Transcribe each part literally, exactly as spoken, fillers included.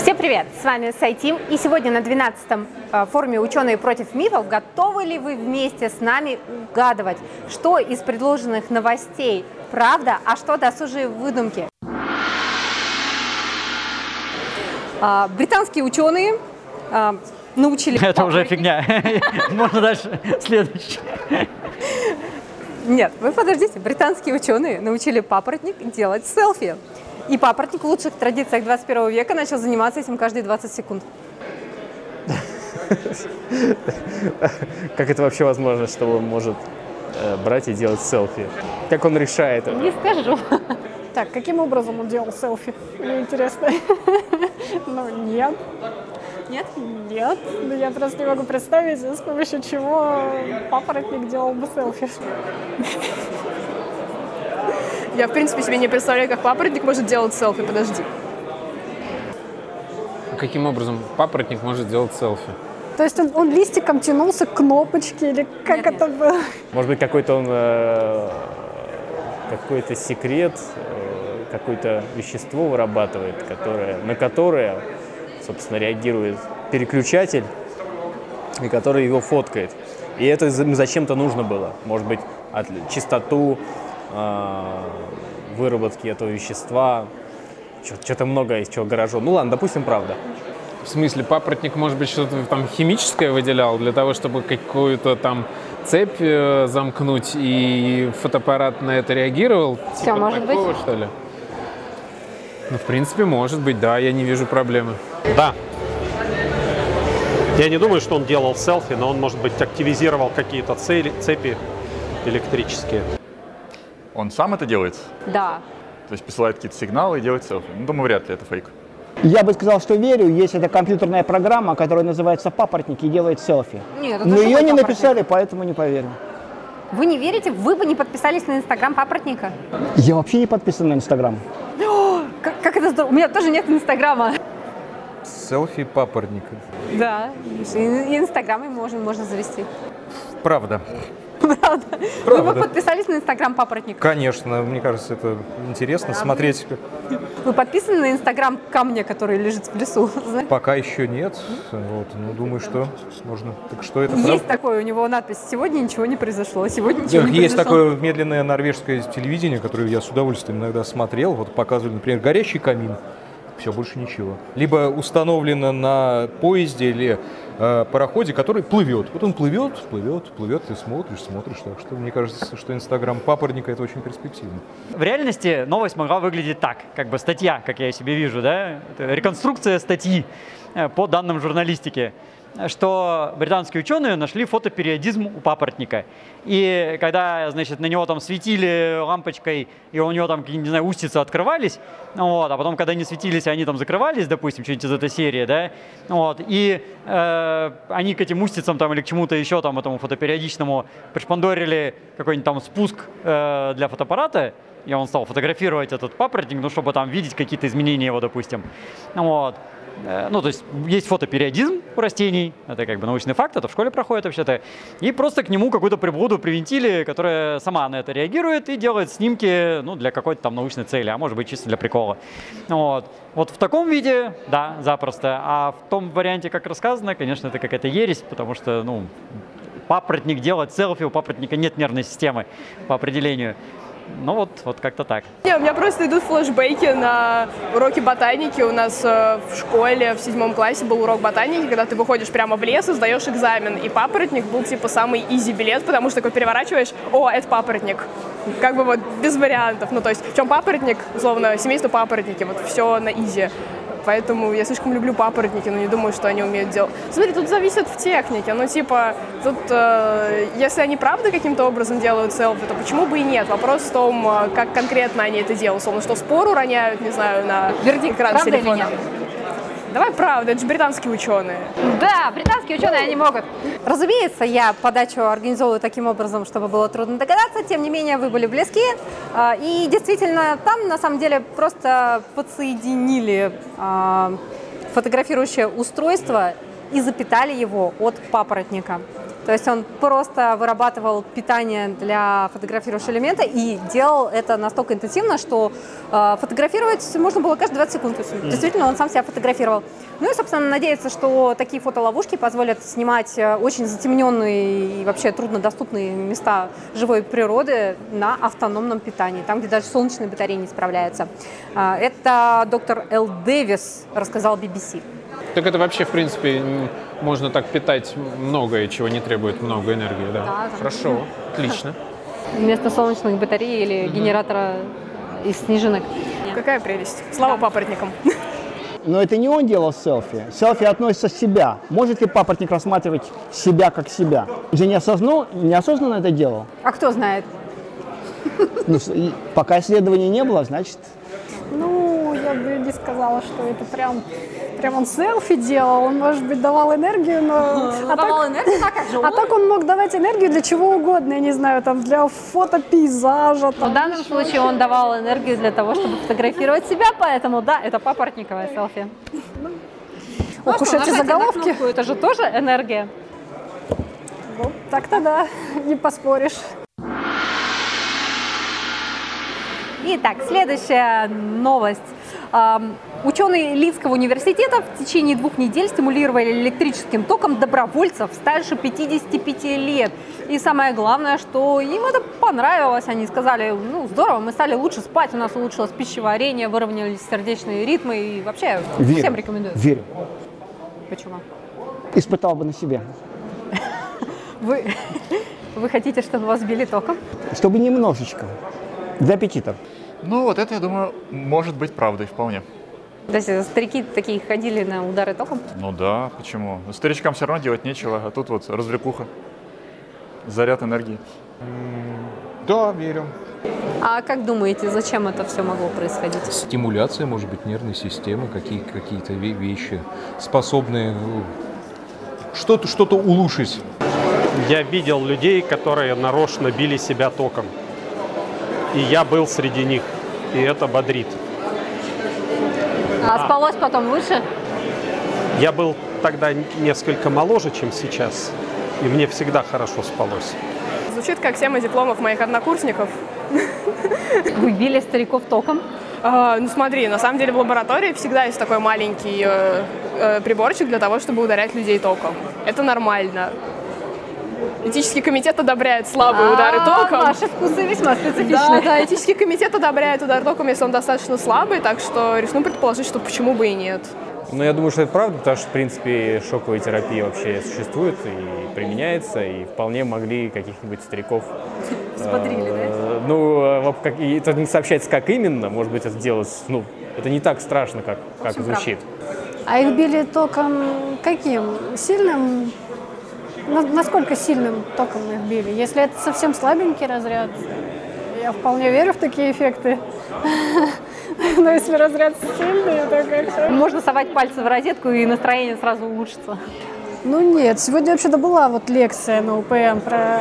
Всем привет! С вами Сайтим, и сегодня на двенадцатом форуме «Ученые против мифов» готовы ли вы вместе с нами угадывать, что из предложенных новостей правда, а что досужие выдумки? Британские ученые научили... Это уже фигня. Можно дальше. Следующий. Нет, вы подождите. Британские ученые научили папоротник делать селфи. И папоротник в лучших традициях двадцать первого века начал заниматься этим каждые двадцать секунд. Как это вообще возможно, что он может э, брать и делать селфи? Как он решает это? Не скажу. Так, каким образом он делал селфи? Мне интересно. Ну, нет. Нет? Нет. Ну, я просто не могу представить, с помощью чего папоротник делал бы селфи. Я, в принципе, себе не представляю, как папоротник может делать селфи. Подожди. Каким образом папоротник может делать селфи? То есть он, он листиком тянулся к кнопочке или как Нет, это нет. было? Может быть, какой-то он э, какой-то секрет, э, какое-то вещество вырабатывает, которое, на которое, собственно, реагирует переключатель, и который его фоткает. И это зачем-то нужно было. Может быть, от, чистоту выработки этого вещества. Что-то много из чего гаражу. Ну ладно, допустим, правда. В смысле, папоротник, может быть, что-то там химическое выделял для того, чтобы какую-то там цепь э, замкнуть, и фотоаппарат на это реагировал? Все, Типа может такого, быть. что ли? Ну, в принципе, может быть, да, я не вижу проблемы. Да. Я не думаю, что он делал селфи, но он, может быть, активизировал какие-то цели, цепи электрические. Он сам это делает? Да. То есть посылает какие-то сигналы и делает селфи? Ну, думаю, вряд ли это фейк. Я бы сказал, что верю, есть эта компьютерная программа, которая называется «Папоротник» и делает селфи. Нет, это Но что ее за не папоротник? написали, поэтому не поверю. Вы не верите? Вы бы не подписались на инстаграм папоротника? Я вообще не подписан на Инстаграм. Как, как это здорово? У меня тоже нет инстаграма. Селфи папоротника. Да, и и инстаграм и можно, можно завести. Правда. Правда. Правда. Вы бы подписались на инстаграм папоротника? Конечно, мне кажется, это интересно смотреть. Вы подписаны на инстаграм камня, который лежит в лесу? Знаете? Пока еще нет. Вот, но думаю, что можно. Так что это Есть правда? такое, у него надпись «Сегодня ничего не произошло». Сегодня ничего не Есть произошло. такое медленное норвежское телевидение, которое я с удовольствием иногда смотрел. Вот показывали, например, горящий камин. Все, больше ничего. Либо установлено на поезде или э, пароходе, который плывет. Вот он плывет, плывет, плывет, ты смотришь, смотришь. Так что мне кажется, что инстаграм папоротника — это очень перспективно. В реальности новость могла выглядеть так, как бы статья, как я себе вижу, да, это реконструкция статьи э, по данным журналистики, что британские ученые нашли фотопериодизм у папоротника. И когда, значит, на него там светили лампочкой, и у него там, не знаю, устицы открывались, вот, а потом, когда они светились, они там закрывались, допустим, что-нибудь из этой серии, да, вот, и э, они к этим устицам там или к чему-то еще там, этому фотопериодичному пришпандорили какой-нибудь там спуск э, для фотоаппарата, и он стал фотографировать этот папоротник, ну, чтобы там видеть какие-то изменения его, допустим, вот. Ну, то есть есть фотопериодизм у растений, это как бы научный факт, это в школе проходит вообще-то, и просто к нему какую-то приблуду привинтили, которая сама на это реагирует и делает снимки, ну, для какой-то там научной цели, а может быть чисто для прикола. Вот. Вот в таком виде, да, запросто, а в том варианте, как рассказано, конечно, это какая-то ересь, потому что, ну, папоротник делает селфи, у папоротника нет нервной системы по определению. Ну вот, вот как-то так. Не, у меня просто идут флешбеки на уроки ботаники. У нас э, в школе в седьмом классе был урок ботаники, когда ты выходишь прямо в лес и сдаешь экзамен. И папоротник был типа самый изи билет, потому что такой переворачиваешь, о, это папоротник. Как бы вот без вариантов. Ну то есть в чем папоротник, условно, семейство папоротники, вот все на изи. Поэтому я слишком люблю папоротники, но не думаю, что они умеют делать. Смотри, тут зависит в технике. Ну, типа, тут, э, если они правда каким-то образом делают селфи, то почему бы и нет? Вопрос в том, как конкретно они это делают. Словно, что спору роняют, не знаю, на Вердикт, экран правда или телефона. нет? Давай правда, это же британские ученые. Да, британские ученые, они могут. Разумеется, я подачу организовываю таким образом, чтобы было трудно догадаться. Тем не менее, вы были близки. И действительно, там на самом деле просто подсоединили фотографирующее устройство и запитали его от папоротника. То есть он просто вырабатывал питание для фотографирующего элемента и делал это настолько интенсивно, что э, фотографировать можно было каждые двадцать секунд. То есть, действительно, он сам себя фотографировал. Ну и, собственно, надеется, что такие фотоловушки позволят снимать очень затемненные и вообще труднодоступные места живой природы на автономном питании, там, где даже солнечные батареи не справляются. Э, это доктор Эл Дэвис рассказал би би си. Так это вообще, в принципе, можно так питать многое, чего не требует много энергии, да? Да, хорошо, отлично. Вместо солнечных батарей или mm-hmm. генератора из снежинок. Какая прелесть. Слава да. папоротникам. Но это не он делал селфи. Селфи относится к себя. Может ли папоротник рассматривать себя как себя? Он же неосознанно, неосознанно это делал. А кто знает? Ну, пока исследований не было, значит... Ну, я бы не сказала, что это прям, прям он селфи делал, он, может быть, давал энергию, но... Ну, а, давал так... энергию, так, как же он? А так он мог давать энергию для чего угодно, я не знаю, там, для фотопейзажа. Там, в данном случае он давал энергию для того, чтобы фотографировать себя, поэтому, да, это папоротниковое селфи. Ох ну, уж эти заголовки. Кнопку, это же тоже энергия. Ну, так-то да, не поспоришь. Итак, следующая новость. Ученые Лидского университета в течение двух недель стимулировали электрическим током добровольцев старше пятидесяти пяти лет. И самое главное, что им это понравилось. Они сказали, ну здорово, мы стали лучше спать, у нас улучшилось пищеварение, выровнялись сердечные ритмы и вообще верю, всем рекомендую. Верю. Почему? Испытал бы на себе. Вы, вы хотите, чтобы вас били током? Чтобы немножечко. Для аппетита. Ну, вот это, я думаю, может быть правдой вполне. То есть старики такие ходили на удары током? Ну да, почему? Старичкам все равно делать нечего, а тут вот развлекуха. Заряд энергии. Да, верю. А как думаете, зачем это все могло происходить? Стимуляция, может быть, нервной системы, какие, какие-то вещи, способные что-то, что-то улучшить. Я видел людей, которые нарочно били себя током. И я был среди них, и это бодрит. А, а спалось потом лучше? Я был тогда несколько моложе, чем сейчас, и мне всегда хорошо спалось. Звучит как тема дипломов моих однокурсников. Вы били стариков током? А, ну смотри, на самом деле в лаборатории всегда есть такой маленький э, э, приборчик для того, чтобы ударять людей током. Это нормально. Этический комитет одобряет слабые а, удары током. Ваши вкусы весьма специфичны. Да, да, этический комитет одобряет удар током, если он достаточно слабый, так что рискну предположить, что почему бы и нет. Ну, я думаю, что это правда, потому что, в принципе, шоковая терапия вообще существует и применяется, и вполне могли каких-нибудь стариков... Смотрели, э, да? Ну, как, это не сообщается, как именно, может быть, это делалось, ну, это не так страшно, как, как звучит. А их били током каким? Сильным? Насколько сильным током их били? Если это совсем слабенький разряд, я вполне верю в такие эффекты. Но если разряд сильный, то как-то... Можно совать пальцы в розетку, и настроение сразу улучшится. Ну нет, сегодня вообще-то была вот лекция на УПМ про,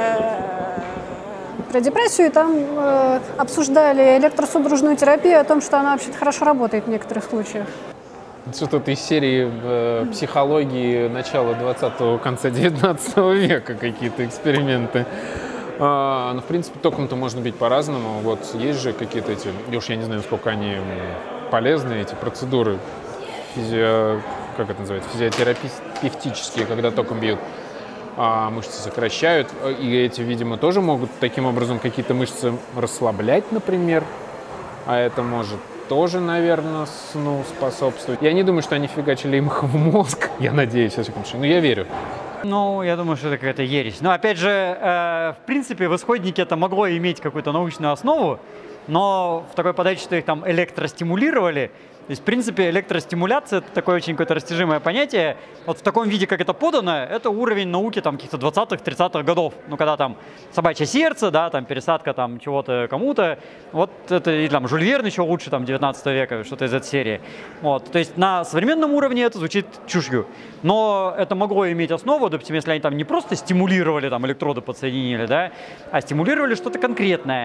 про депрессию, и там э, обсуждали электросудорожную терапию, о том, что она вообще-то хорошо работает в некоторых случаях. Что-то из серии э, психологии начала двадцатого, конца девятнадцатого века какие-то эксперименты. А, ну, в принципе, током-то можно бить по-разному. Вот есть же какие-то эти, я уж я не знаю, насколько они полезны, эти процедуры физио, как это называется, физиотерапевтические, когда током бьют, а мышцы сокращают. И эти, видимо, тоже могут таким образом какие-то мышцы расслаблять, например. А это может тоже, наверное, сну способствовать. Я не думаю, что они фигачили им их в мозг. Я надеюсь, во всяком случае. Но я верю. Ну, я думаю, что это какая-то ересь. Но, опять же, э, в принципе, в исходнике это могло иметь какую-то научную основу, но в такой подаче, что их там электростимулировали. То есть, в принципе, электростимуляция — это такое очень какое-то растяжимое понятие. Вот в таком виде, как это подано, это уровень науки там каких-то двадцатых-тридцатых годов. Ну, когда там собачье сердце, да, там пересадка там чего-то кому-то. Вот это, и там Жюль Верн еще лучше, там, девятнадцатого века, что-то из этой серии. Вот. То есть на современном уровне это звучит чушью. Но это могло иметь основу, допустим, если они там не просто стимулировали, там, электроды подсоединили, да, а стимулировали что-то конкретное.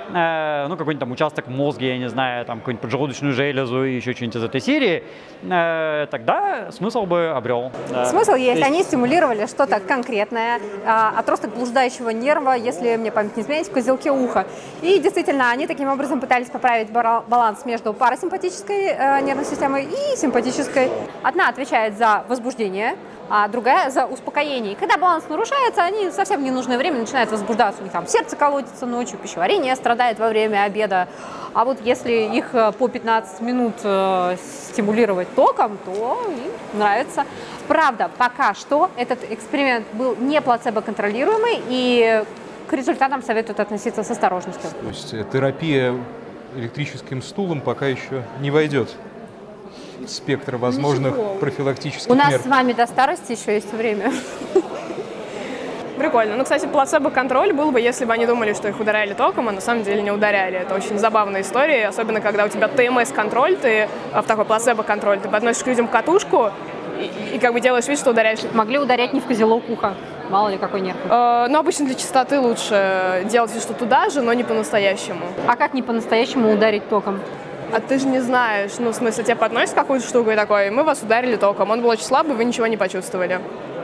э, ну, какой-нибудь там участок мозга, я не знаю, там какую-нибудь поджелудочную железу и еще что-нибудь из этой серии, э, тогда смысл бы обрел. Да. Смысл есть. есть. Они стимулировали что-то конкретное, э, отросток блуждающего нерва, если мне память не изменяет, в козелке уха. И действительно, они таким образом пытались поправить баланс между парасимпатической э, нервной системой и симпатической. Одна отвечает за возбуждение, а другая за успокоение. И когда баланс нарушается, они совсем в ненужное время начинают возбуждаться. У них там сердце колотится ночью, пищеварение страдает во время обеда. А вот если их по пятнадцать минут э, стимулировать током, то им нравится. Правда, пока что этот эксперимент был не плацебо-контролируемый, и к результатам советуют относиться с осторожностью. То есть терапия электрическим стулом пока еще не войдет в спектр возможных Ничего. профилактических У нас мер. с вами до старости еще есть время. Прикольно. Ну, кстати, плацебо-контроль был бы, если бы они думали, что их ударяли током, а на самом деле не ударяли. Это очень забавная история, особенно когда у тебя ТМС-контроль, ты в такой плацебо-контроль, ты подносишь к людям катушку и, и как бы делаешь вид, что ударяешь. Могли ударять не в козелок уха, мало ли какой нерв. Э, но обычно для чистоты лучше делать вид, что туда же, но не по-настоящему. А как не по-настоящему ударить током? А ты же не знаешь, ну, в смысле, тебе подносят какую-то штуку и такой, мы вас ударили током, он был очень слабый, вы ничего не почувствовали.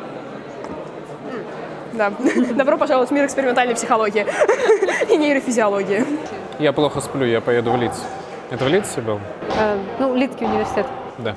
Да. Добро пожаловать в мир экспериментальной психологии и нейрофизиологии. Я плохо сплю, я поеду в Лидс. Это в Лидсе был? Э, ну, Лидский университет. Да.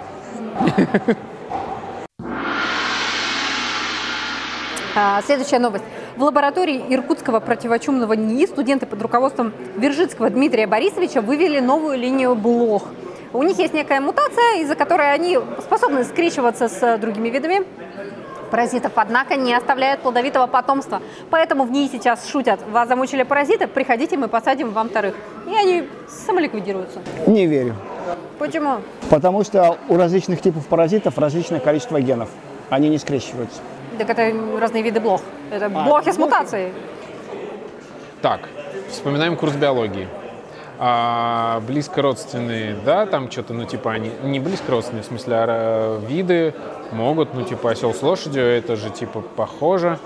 А, следующая новость. В лаборатории Иркутского противочумного НИИ студенты под руководством Вержицкого Дмитрия Борисовича вывели новую линию блох. У них есть некая мутация, из-за которой они способны скрещиваться с другими видами паразитов, однако не оставляют плодовитого потомства. Поэтому в ней сейчас шутят: вас замучили паразиты, приходите, мы посадим вам вторых. И они самоликвидируются. Не верю. Почему? Потому что у различных типов паразитов различное количество генов. Они не скрещиваются. Так это разные виды блох. Это блохи с мутацией. Так, вспоминаем курс биологии. А, близко родственные, да, там что-то, ну, типа, они не близко родственные, в смысле, а виды могут, ну, типа, осел с лошадью, это же, типа, похоже.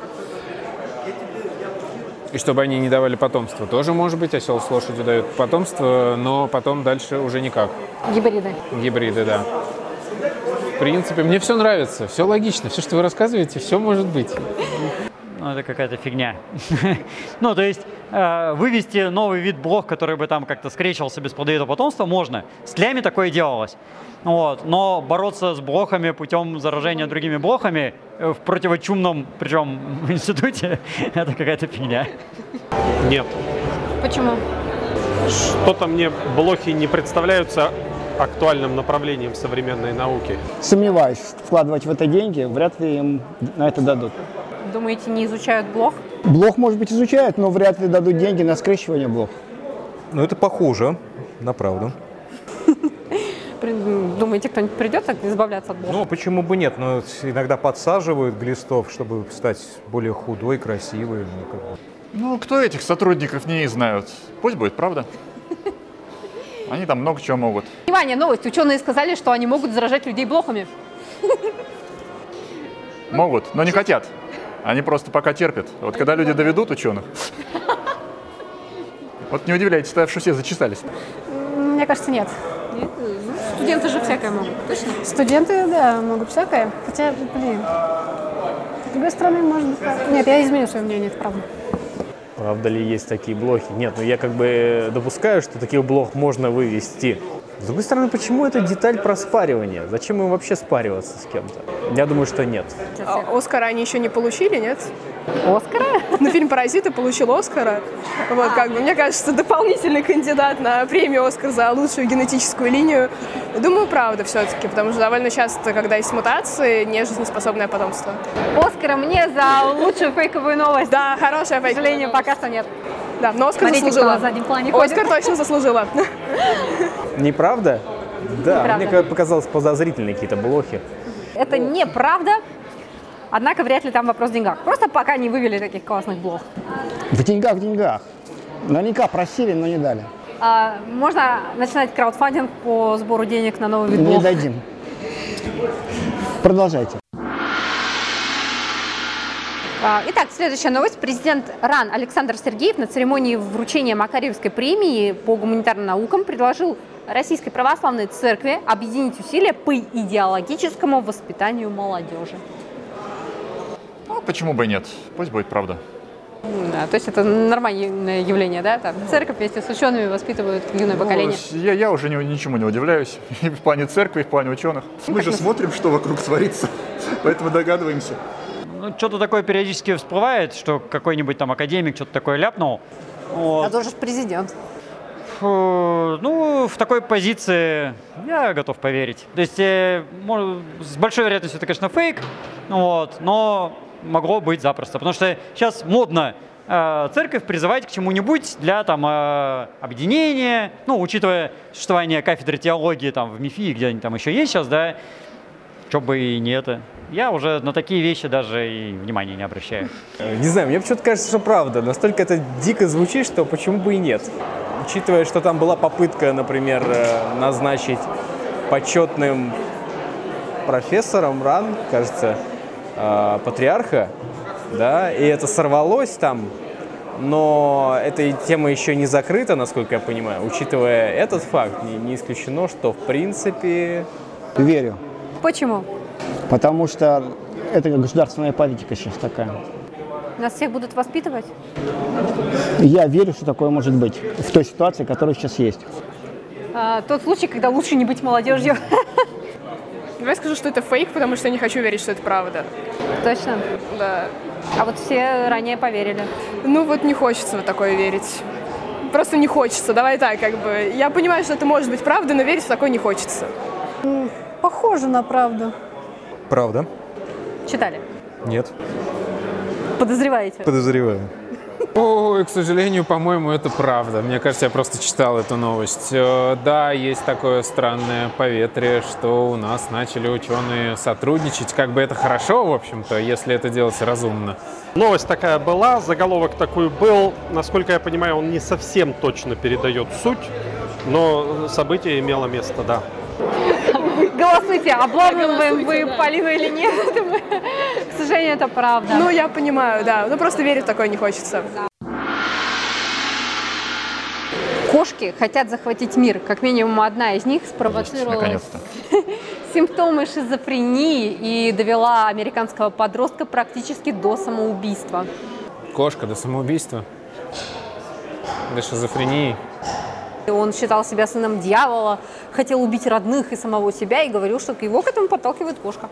И чтобы они не давали потомство, тоже может быть, осел с лошадью дает потомство, но потом дальше уже никак. Гибриды. Гибриды, да. В принципе, мне все нравится, все логично, все, что вы рассказываете, все может быть. Ну, это какая-то фигня. Ну, то есть э, вывести новый вид блох, который бы там как-то скрещивался без плодовитого потомства, можно. С тлями такое делалось. Вот. Но бороться с блохами путем заражения другими блохами в противочумном, причем в институте, это какая-то фигня. Нет. Почему? Что-то мне блохи не представляются актуальным направлением современной науки. Сомневаюсь, вкладывать в это деньги, вряд ли им на это дадут. Думаете, не изучают блох? Блох, может быть, изучают, но вряд ли дадут деньги на скрещивание блох. Ну, это похоже на правду. Думаете, кто-нибудь придет так избавляться от блох? Ну, почему бы нет? Но иногда подсаживают глистов, чтобы стать более худой, красивой. Ну, как бы. Ну, кто этих сотрудников не знают? Пусть будет, правда? Они там много чего могут. Внимание, новость. Ученые сказали, что они могут заражать людей блохами. Могут, но не хотят. Они просто пока терпят. Вот когда люди доведут ученых. Вот не удивляйтесь, что все зачесались. Мне кажется, нет. Нет? Студенты же всякое могут, точно? Студенты, да, могут всякое. Хотя, блин, с другой стороны, может быть, так. Нет, я изменю свое мнение, это правда. Правда ли есть такие блохи? Нет, ну я как бы допускаю, что таких блох можно вывести. С другой стороны, почему это деталь про спаривание? Зачем им вообще спариваться с кем-то? Я думаю, что нет. А Оскара они еще не получили, нет? Оскара? Ну, фильм «Паразиты» получил Оскара. Вот, как бы, мне кажется, дополнительный кандидат на премию «Оскар» за лучшую генетическую линию. Думаю, правда все-таки, потому что довольно часто, когда есть мутации, не жизнеспособное потомство. Оскара мне за лучшую фейковую новость. Да, хорошая К фейковая сожалению, новость. пока что нет. Да, но Оскар Смотрите, заслужила. кто на заднем плане ходит. Оскар точно заслужила. Неправда? Да, Неправда. мне показалось подозрительные какие-то блохи. Это неправда. Однако вряд ли там вопрос в деньгах. Просто пока не вывели таких классных блох. В деньгах, в деньгах. Наверняка просили, но не дали. А, можно начинать краудфандинг по сбору денег на новый вид Не блох. дадим. Продолжайте. Итак, следующая новость. Президент РАН Александр Сергеев на церемонии вручения Макарьевской премии по гуманитарным наукам предложил Российской Православной Церкви объединить усилия по идеологическому воспитанию молодежи. Ну, почему бы и нет? Пусть будет правда. Да, то есть это нормальное явление, да? Там церковь вместе с учеными воспитывают юное Ну, поколение. Я, я уже ни- ничему не удивляюсь. И в плане церкви, и в плане ученых. Мы же смотрим, что вокруг творится, поэтому догадываемся. Ну, что-то такое периодически всплывает, что какой-нибудь там академик что-то такое ляпнул. Вот. А тоже ж президент. Фу, ну, в такой позиции я готов поверить. То есть э, мож- с большой вероятностью это, конечно, фейк, вот, но могло быть запросто. Потому что сейчас модно э, церковь призывать к чему-нибудь для там, э, объединения, ну, учитывая существование кафедры теологии там, в МИФИ, где они там еще есть сейчас, да, что бы и не это. Я уже на такие вещи даже и внимания не обращаю. Не знаю, мне почему-то кажется, что правда. Настолько это дико звучит, что почему бы и нет. Учитывая, что там была попытка, например, назначить почетным профессором РАН, кажется, патриарха, да, и это сорвалось там, но эта тема еще не закрыта, насколько я понимаю. Учитывая этот факт, не, не исключено, что в принципе... Верю. Почему? Потому что это государственная политика сейчас такая. Нас всех будут воспитывать? Я верю, что такое может быть в той ситуации, которая сейчас есть. А, тот случай, когда лучше не быть молодежью. Давай скажу, что это фейк, потому что я не хочу верить, что это правда. Точно? Да. А вот все ранее поверили. Ну вот не хочется в такое верить. Просто не хочется. Давай так, как бы. Я понимаю, что это может быть правда, но верить в такое не хочется. Похоже на правду. Правда? Читали? Нет. Подозреваете? Подозреваю. Ой, к сожалению, по-моему, это правда. Мне кажется, я просто читал эту новость. Э, Да, есть такое странное поветрие, что у нас начали ученые сотрудничать. Как бы это хорошо, в общем-то, если это делать разумно. Новость такая была, заголовок такой был. Насколько я понимаю, он не совсем точно передает суть, но событие имело место, да. Голосуйте, обламываем вы Полину или нет. К сожалению, это правда. Ну, я понимаю, да. Ну, просто верить в такое не хочется. Кошки хотят захватить мир. Как минимум одна из них спровоцировала Наконец-то. симптомы шизофрении и довела американского подростка практически до самоубийства. Кошка до самоубийства, до шизофрении. Он считал себя сыном дьявола, хотел убить родных и самого себя и говорил, что его к этому подталкивает кошка.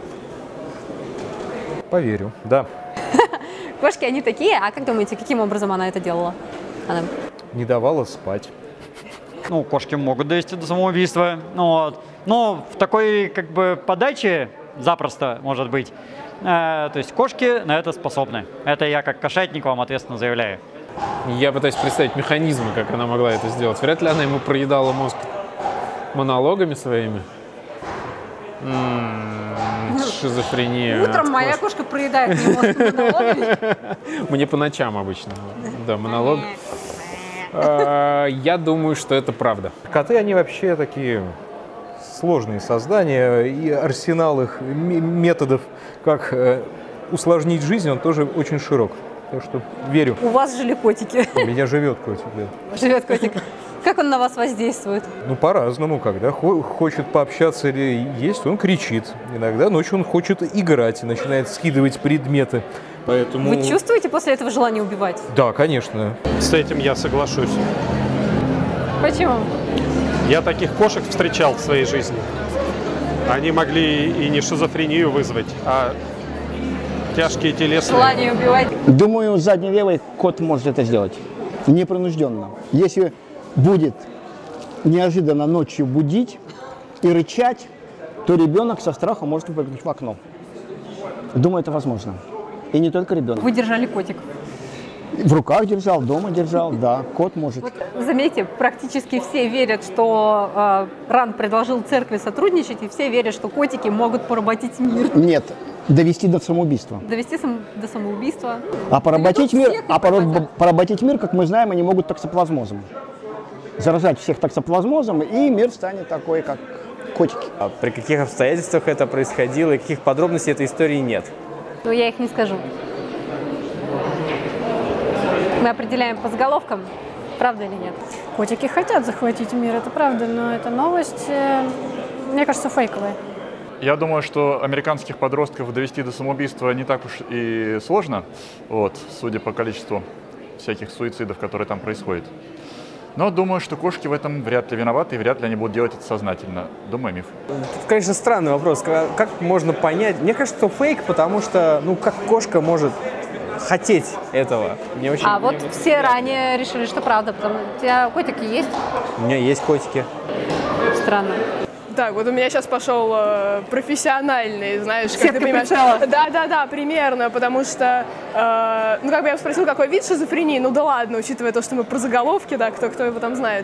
Поверю, да. Кошки, они такие. А как думаете, каким образом она это делала? Она... Не давала спать. Ну, кошки могут довести до самоубийства. Ну, вот. Но в такой как бы подаче запросто может быть. Э, то есть кошки на это способны. Это я как кошатник вам ответственно заявляю. Я пытаюсь представить механизмы, как она могла это сделать. Вряд ли она ему проедала мозг монологами своими. М-м, шизофрения. Утром от моя кошки. кошка проедает мне мозг монологами. Мне по ночам обычно. Да, монолог. А, Я думаю, что это правда. Коты, они вообще такие сложные создания, и арсенал их м- методов, как э, усложнить жизнь, он тоже очень широк. Так что верю. У вас жили котики. У меня живет котик, да. Живет котик. Как он на вас воздействует? Ну, по-разному. Когда хо- хочет пообщаться или есть, он кричит. Иногда ночью он хочет играть и начинает скидывать предметы. Поэтому... Вы чувствуете после этого желание убивать? Да, конечно. С этим я соглашусь. Почему? Я таких кошек встречал в своей жизни. Они могли и не шизофрению вызвать, а тяжкие телесные. Желание убивать. Думаю, задней левой кот может это сделать. Непринужденно. Если будет неожиданно ночью будить и рычать, то ребенок со страха может выпрыгнуть в окно. Думаю, это возможно. И не только ребенок. Вы держали котик. В руках держал, дома держал, да, кот может. Заметьте, практически все верят, что э, РАН предложил церкви сотрудничать, и все верят, что котики могут поработить мир. Нет, довести до самоубийства. Довести сам, до самоубийства. А поработить мир, всех не а пород- поработят. поработить мир, как мы знаем, они могут токсоплазмозом. Заражать всех токсоплазмозом, и мир станет такой, как котики. А при каких обстоятельствах это происходило и каких подробностей этой истории нет? Но я их не скажу. Мы определяем по заголовкам, правда или нет? Котики хотят захватить мир, это правда, но эта новость, э, мне кажется, фейковая. Я думаю, что американских подростков довести до самоубийства не так уж и сложно, вот, судя по количеству всяких суицидов, которые там происходят. Но думаю, что кошки в этом вряд ли виноваты, и вряд ли они будут делать это сознательно. Думаю, миф. Тут, конечно, странный вопрос. Как можно понять? Мне кажется, что фейк, потому что, ну, как кошка может хотеть этого? Мне очень, а мне вот очень все непонятно. ранее решили, что правда, потому что у тебя котики есть? У меня есть котики. Странно. Так, вот у меня сейчас пошел э, профессиональный, знаешь, как Сетка ты понимаешь. прицела. Да, да, да, примерно, потому что, э, ну, как бы я спросил, какой вид шизофрении, ну да ладно, учитывая то, что мы про заголовки, да, кто, кто его там знает.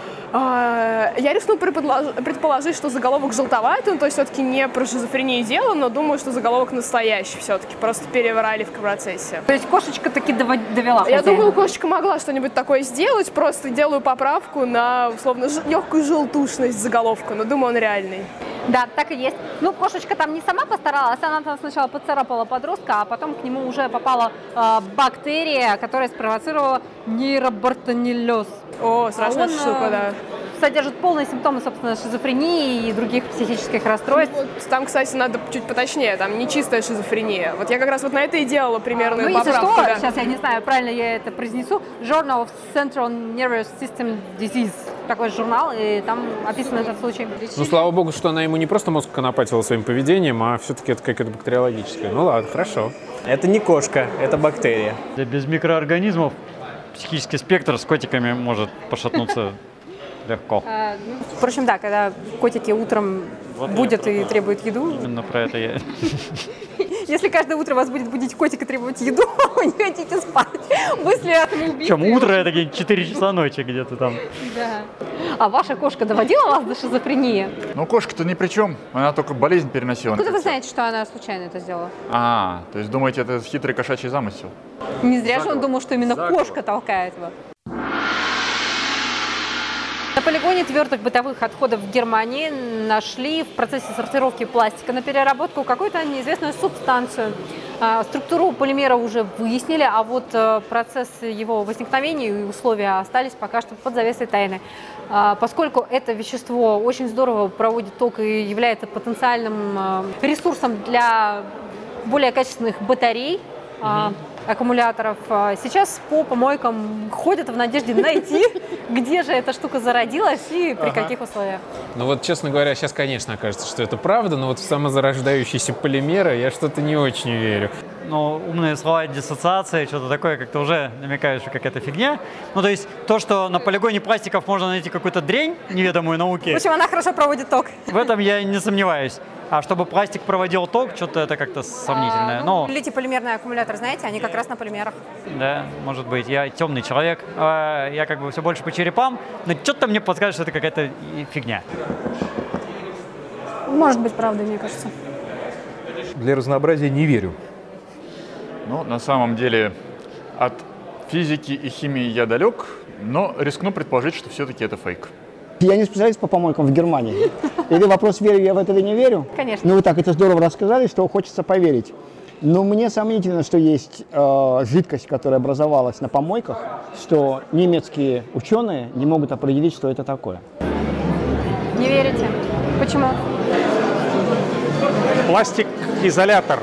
А, я рискну предположить, что заголовок желтоватый, ну, то есть все-таки не про шизофрению дело, но думаю, что заголовок настоящий все-таки, просто переврали в процессе. То есть кошечка таки довела Я хозяина? думаю, кошечка могла что-нибудь такое сделать, просто делаю поправку на, условно, ж- легкую желтушность заголовка, но думаю, он реальный. Да, так и есть. Ну, кошечка там не сама постаралась, она там сначала поцарапала подростка, а потом к нему уже попала э, бактерия, которая спровоцировала нейробартонеллез. О, страшная Он, штука, э, да. Содержит полные симптомы, собственно, шизофрении и других психических расстройств. Вот, там, кстати, надо чуть поточнее, там не чистая шизофрения. Вот я как раз вот на это и делала примерную Ну, если поправку. что, Да. сейчас я не знаю, правильно я это произнесу, Journal of Central Nervous System Disease. Такой журнал, и там описан этот случай. Ну, слава богу, что она ему не просто мозг конопатила своим поведением, а все-таки это какая-то бактериологическая. Ну ладно, хорошо. Это не кошка, это бактерия. Да без микроорганизмов психический спектр с котиками может пошатнуться легко. А, ну, впрочем, да, когда котики утром Вот будут я и про- требуют еду. Именно про это я. Если каждое утро вас будет будить котик и требовать еду, вы не хотите спать. Мысли о самоубийстве. Причем утро это такие четыре часа ночи где-то там. Да. А ваша кошка доводила вас до шизофрении? Ну, кошка-то ни при чем, она только болезнь переносила. Откуда вы знаете, что она случайно это сделала? А, то есть думаете, это хитрый кошачий замысел? Не зря же он думал, что именно кошка толкает его. На полигоне твердых бытовых отходов в Германии нашли в процессе сортировки пластика на переработку какую-то неизвестную субстанцию. А, Структуру полимера уже выяснили, а вот э, процесс его возникновения и условия остались пока что под завесой тайны. А, Поскольку это вещество очень здорово проводит ток и является потенциальным э, ресурсом для более качественных батарей, а, аккумуляторов. А, Сейчас по помойкам ходят в надежде найти, где же эта штука зародилась и при каких условиях. Ну вот, честно говоря, сейчас, конечно, окажется, что это правда, но вот в самозарождающиеся полимеры я что-то не очень верю. Но умные слова диссоциация, что-то такое, как-то уже намекаешь, что какая-то фигня. Ну, то есть то, что на полигоне пластиков можно найти какую-то дрянь, неведомую В науке, общем, она хорошо проводит ток. в этом я не сомневаюсь. А чтобы пластик проводил ток, что-то это как-то сомнительное. Но, Литий-полимерный аккумулятор, знаете, они как раз на полимерах. да, может быть, я темный человек, а я как бы все больше по черепам, но что-то мне подскажет, что это какая-то и фигня. Может быть, правда, мне кажется. Для разнообразия не верю. Ну, на самом деле, от физики и химии я далек, но рискну предположить, что все-таки это фейк. Я не специалист по помойкам в Германии. Или вопрос, верю я в это или не верю? Конечно. Ну, вы так это здорово рассказали, что хочется поверить. Но мне сомнительно, что есть э, жидкость, которая образовалась на помойках, что немецкие ученые не могут определить, что это такое. Не верите? Почему? Пластик-изолятор.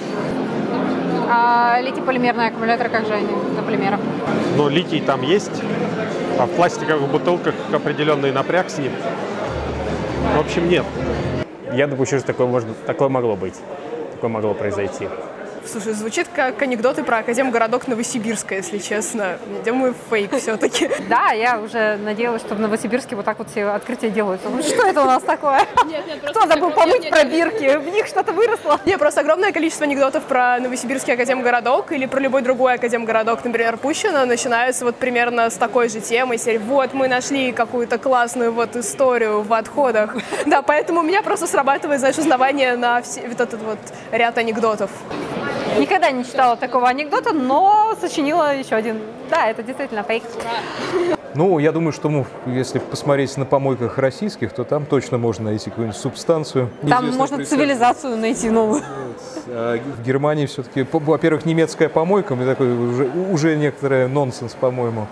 А литий-полимерный аккумулятор, как же они на полимерах? Но литий там есть, а в пластиковых бутылках определенный напряг с ним. В общем, нет. Я допущу, что такое, может, такое могло быть. Такое могло произойти. Слушай, звучит как анекдоты про Академгородок Новосибирска, если честно. Я думаю, фейк все-таки. Да, я уже надеялась, что в Новосибирске вот так вот все открытия делают. Что это у нас такое? Кто забыл помыть пробирки? В них что-то выросло? Не, просто огромное количество анекдотов про Новосибирский Академгородок или про любой другой Академгородок, например, Пущино, начинаются вот примерно с такой же темы. Серии, вот, мы нашли какую-то классную вот историю в отходах. Да, поэтому у меня просто срабатывает, знаешь, узнавание на все, вот этот вот ряд анекдотов. Никогда не читала такого анекдота, но сочинила еще один. Да, это действительно фейк. Ну, я думаю, что ну, если посмотреть на помойках российских, то там точно можно найти какую-нибудь субстанцию. Там можно цивилизацию найти новую. А в Германии все-таки, во-первых, немецкая помойка, такой уже, уже некоторый нонсенс, по-моему.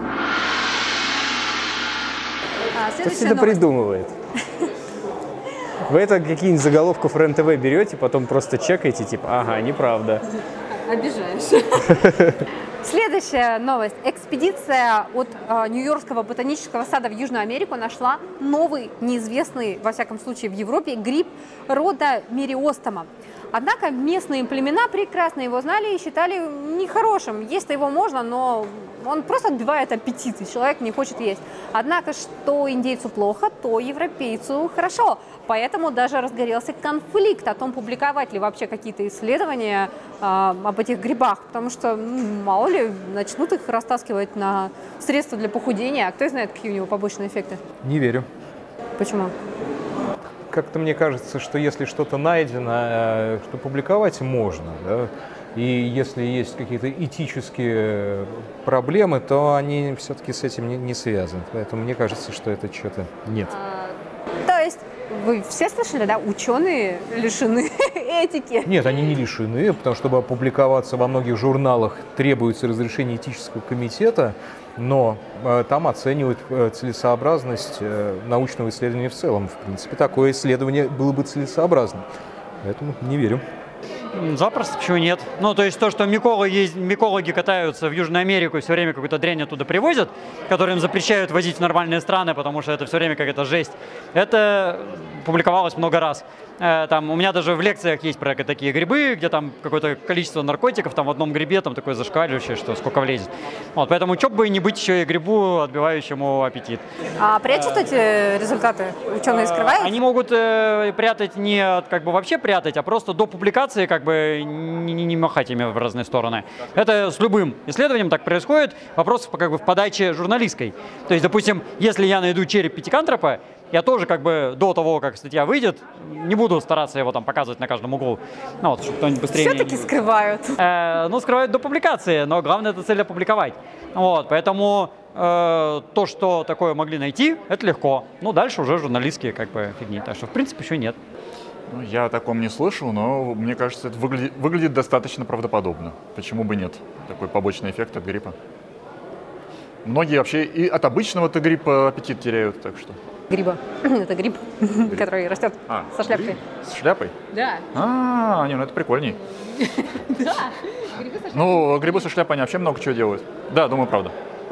Кто все это придумывает? Вы это какие-нибудь заголовков РЕН-ТВ берете, потом просто чекаете, типа, ага, неправда. Обижаешь. Следующая новость. Экспедиция от э, Нью-Йоркского ботанического сада в Южную Америку нашла новый, неизвестный, во всяком случае, в Европе гриб рода Мириостома. Однако местные племена прекрасно его знали и считали нехорошим. Есть-то его можно, но он просто отбивает аппетит, и человек не хочет есть. Однако, что индейцу плохо, то европейцу хорошо. Поэтому даже разгорелся конфликт о том, публиковать ли вообще какие-то исследования э, об этих грибах. Потому что, ну, мало ли, начнут их растаскивать на средства для похудения. А кто знает, какие у него побочные эффекты? Не верю. Почему? Как-то мне кажется, что если что-то найдено, что публиковать можно, да? И если есть какие-то этические проблемы, то они все-таки с этим не, не связаны. Поэтому мне кажется, что это что-то нет. А, то есть вы все слышали, да, ученые лишены этики? Нет, они не лишены, потому что, чтобы опубликоваться во многих журналах, требуется разрешение этического комитета, но э, там оценивают э, целесообразность э, научного исследования в целом. В принципе, такое исследование было бы целесообразно. Поэтому не верю. Запросто, почему нет? Ну, то есть то, что микологи, микологи катаются в Южную Америку и все время какую-то дрянь оттуда привозят, которую им запрещают возить в нормальные страны, потому что это все время какая-то жесть, это публиковалось много раз. Там, у меня даже в лекциях есть про такие грибы, где там какое-то количество наркотиков, там в одном грибе там такое зашкаливающее, что сколько влезет. Вот, поэтому чё бы не быть еще и грибу, отбивающему аппетит. А прячут эти результаты? Ученые скрывают? Они могут э, прятать не как бы вообще прятать, а просто до публикации как бы не, не, не махать ими в разные стороны. Это с любым исследованием так происходит. Вопрос как бы в подаче журналистской. То есть, допустим, если я найду череп пятикантропа, я тоже как бы до того, как статья выйдет, не буду стараться его там показывать на каждом углу. Ну вот, чтобы кто-нибудь быстрее... Все-таки скрывают. Э, ну, скрывают до публикации, но главное это цель опубликовать. Вот, поэтому э, то, что такое могли найти, это легко. Ну, дальше уже журналистские как бы фигни. Так что, в принципе, еще нет. Ну, я о таком не слышал, но мне кажется, это выглядит, выглядит достаточно правдоподобно. Почему бы нет? Такой побочный эффект от гриппа. Многие вообще и от обычного-то гриппа аппетит теряют, так что... Гриба. Это гриб, гриб, который растет а, со шляпкой. Гриб? С шляпой? Да. А, не, ну это прикольней. Да. Грибы со шляпой. Ну, грибы со шляпой, они вообще много чего делают. Да, думаю, правда.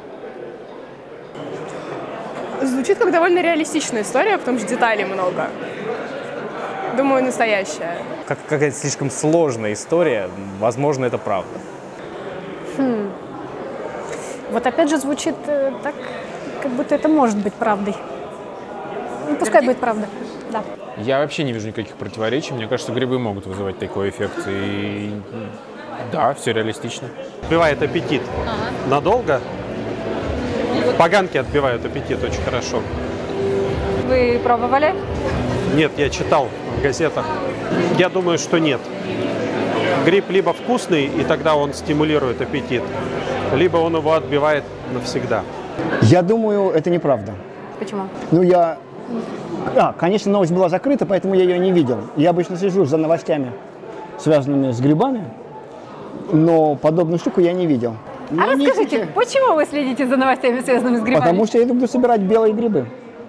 Звучит как довольно реалистичная история, потому что деталей много. Думаю, настоящая. Как какая-то слишком сложная история, возможно, это правда. Хм. Вот опять же звучит э, так, как будто это может быть правдой. Ну, пускай будет правда. Да. Я вообще не вижу никаких противоречий. Мне кажется, грибы могут вызывать такой эффект. И да, все реалистично. Отбивает аппетит. Ага. Надолго? Поганки отбивают аппетит очень хорошо. Вы пробовали? Нет, я читал в газетах. Я думаю, что нет. Гриб либо вкусный, и тогда он стимулирует аппетит, либо он его отбивает навсегда. Я думаю, это неправда. Почему? Ну, я... А, конечно, новость была закрыта, поэтому я ее не видел. Я обычно слежу за новостями, связанными с грибами, но подобную штуку я не видел. А я расскажите, не... почему вы следите за новостями, связанными с грибами? Потому что я люблю собирать белые грибы.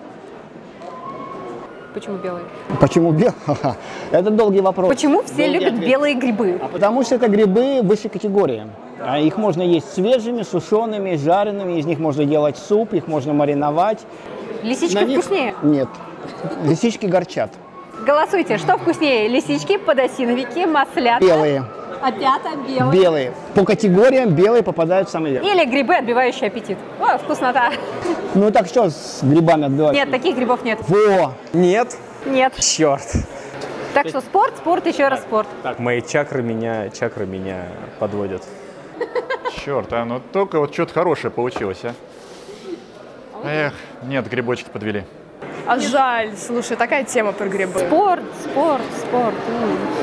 Почему белые? Почему белые? Это долгий вопрос. Почему все долгий любят ответ. белые грибы? А потому что это грибы высшей категории. А их можно есть свежими, сушеными, жареными, из них можно делать суп, их можно мариновать. Лисички На них... вкуснее? Нет, лисички горчат. Голосуйте, что вкуснее? Лисички, подосиновики, маслята? Белые. Опята белые. Белые. По категориям белые попадают в самый верх. Или грибы, отбивающие аппетит. О, вкуснота. Ну так что с грибами отбивать? Нет, таких грибов нет. Во! Нет? Нет. Черт. Так что спорт, спорт, еще раз спорт. Так, мои чакры меня, чакры меня подводят. Черт, а ну только вот что-то хорошее получилось, а. Эх, нет, грибочки подвели. А жаль, слушай, такая тема про грибы. Спорт, спорт, спорт.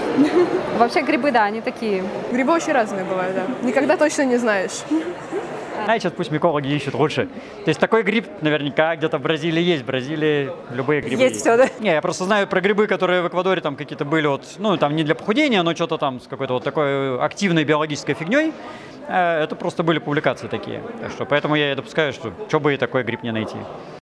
Вообще грибы, да, они такие. Грибы очень разные бывают, да. Никогда точно не знаешь. Значит, пусть микологи ищут лучше. То есть такой гриб наверняка где-то в Бразилии есть. В Бразилии любые грибы Есть все, да? Не, я просто знаю про грибы, которые в Эквадоре там какие-то были, вот, ну, там не для похудения, но что-то там с какой-то вот такой активной биологической фигней. Это просто были публикации такие. Так что, поэтому я и допускаю, что что бы и такой гриб не найти.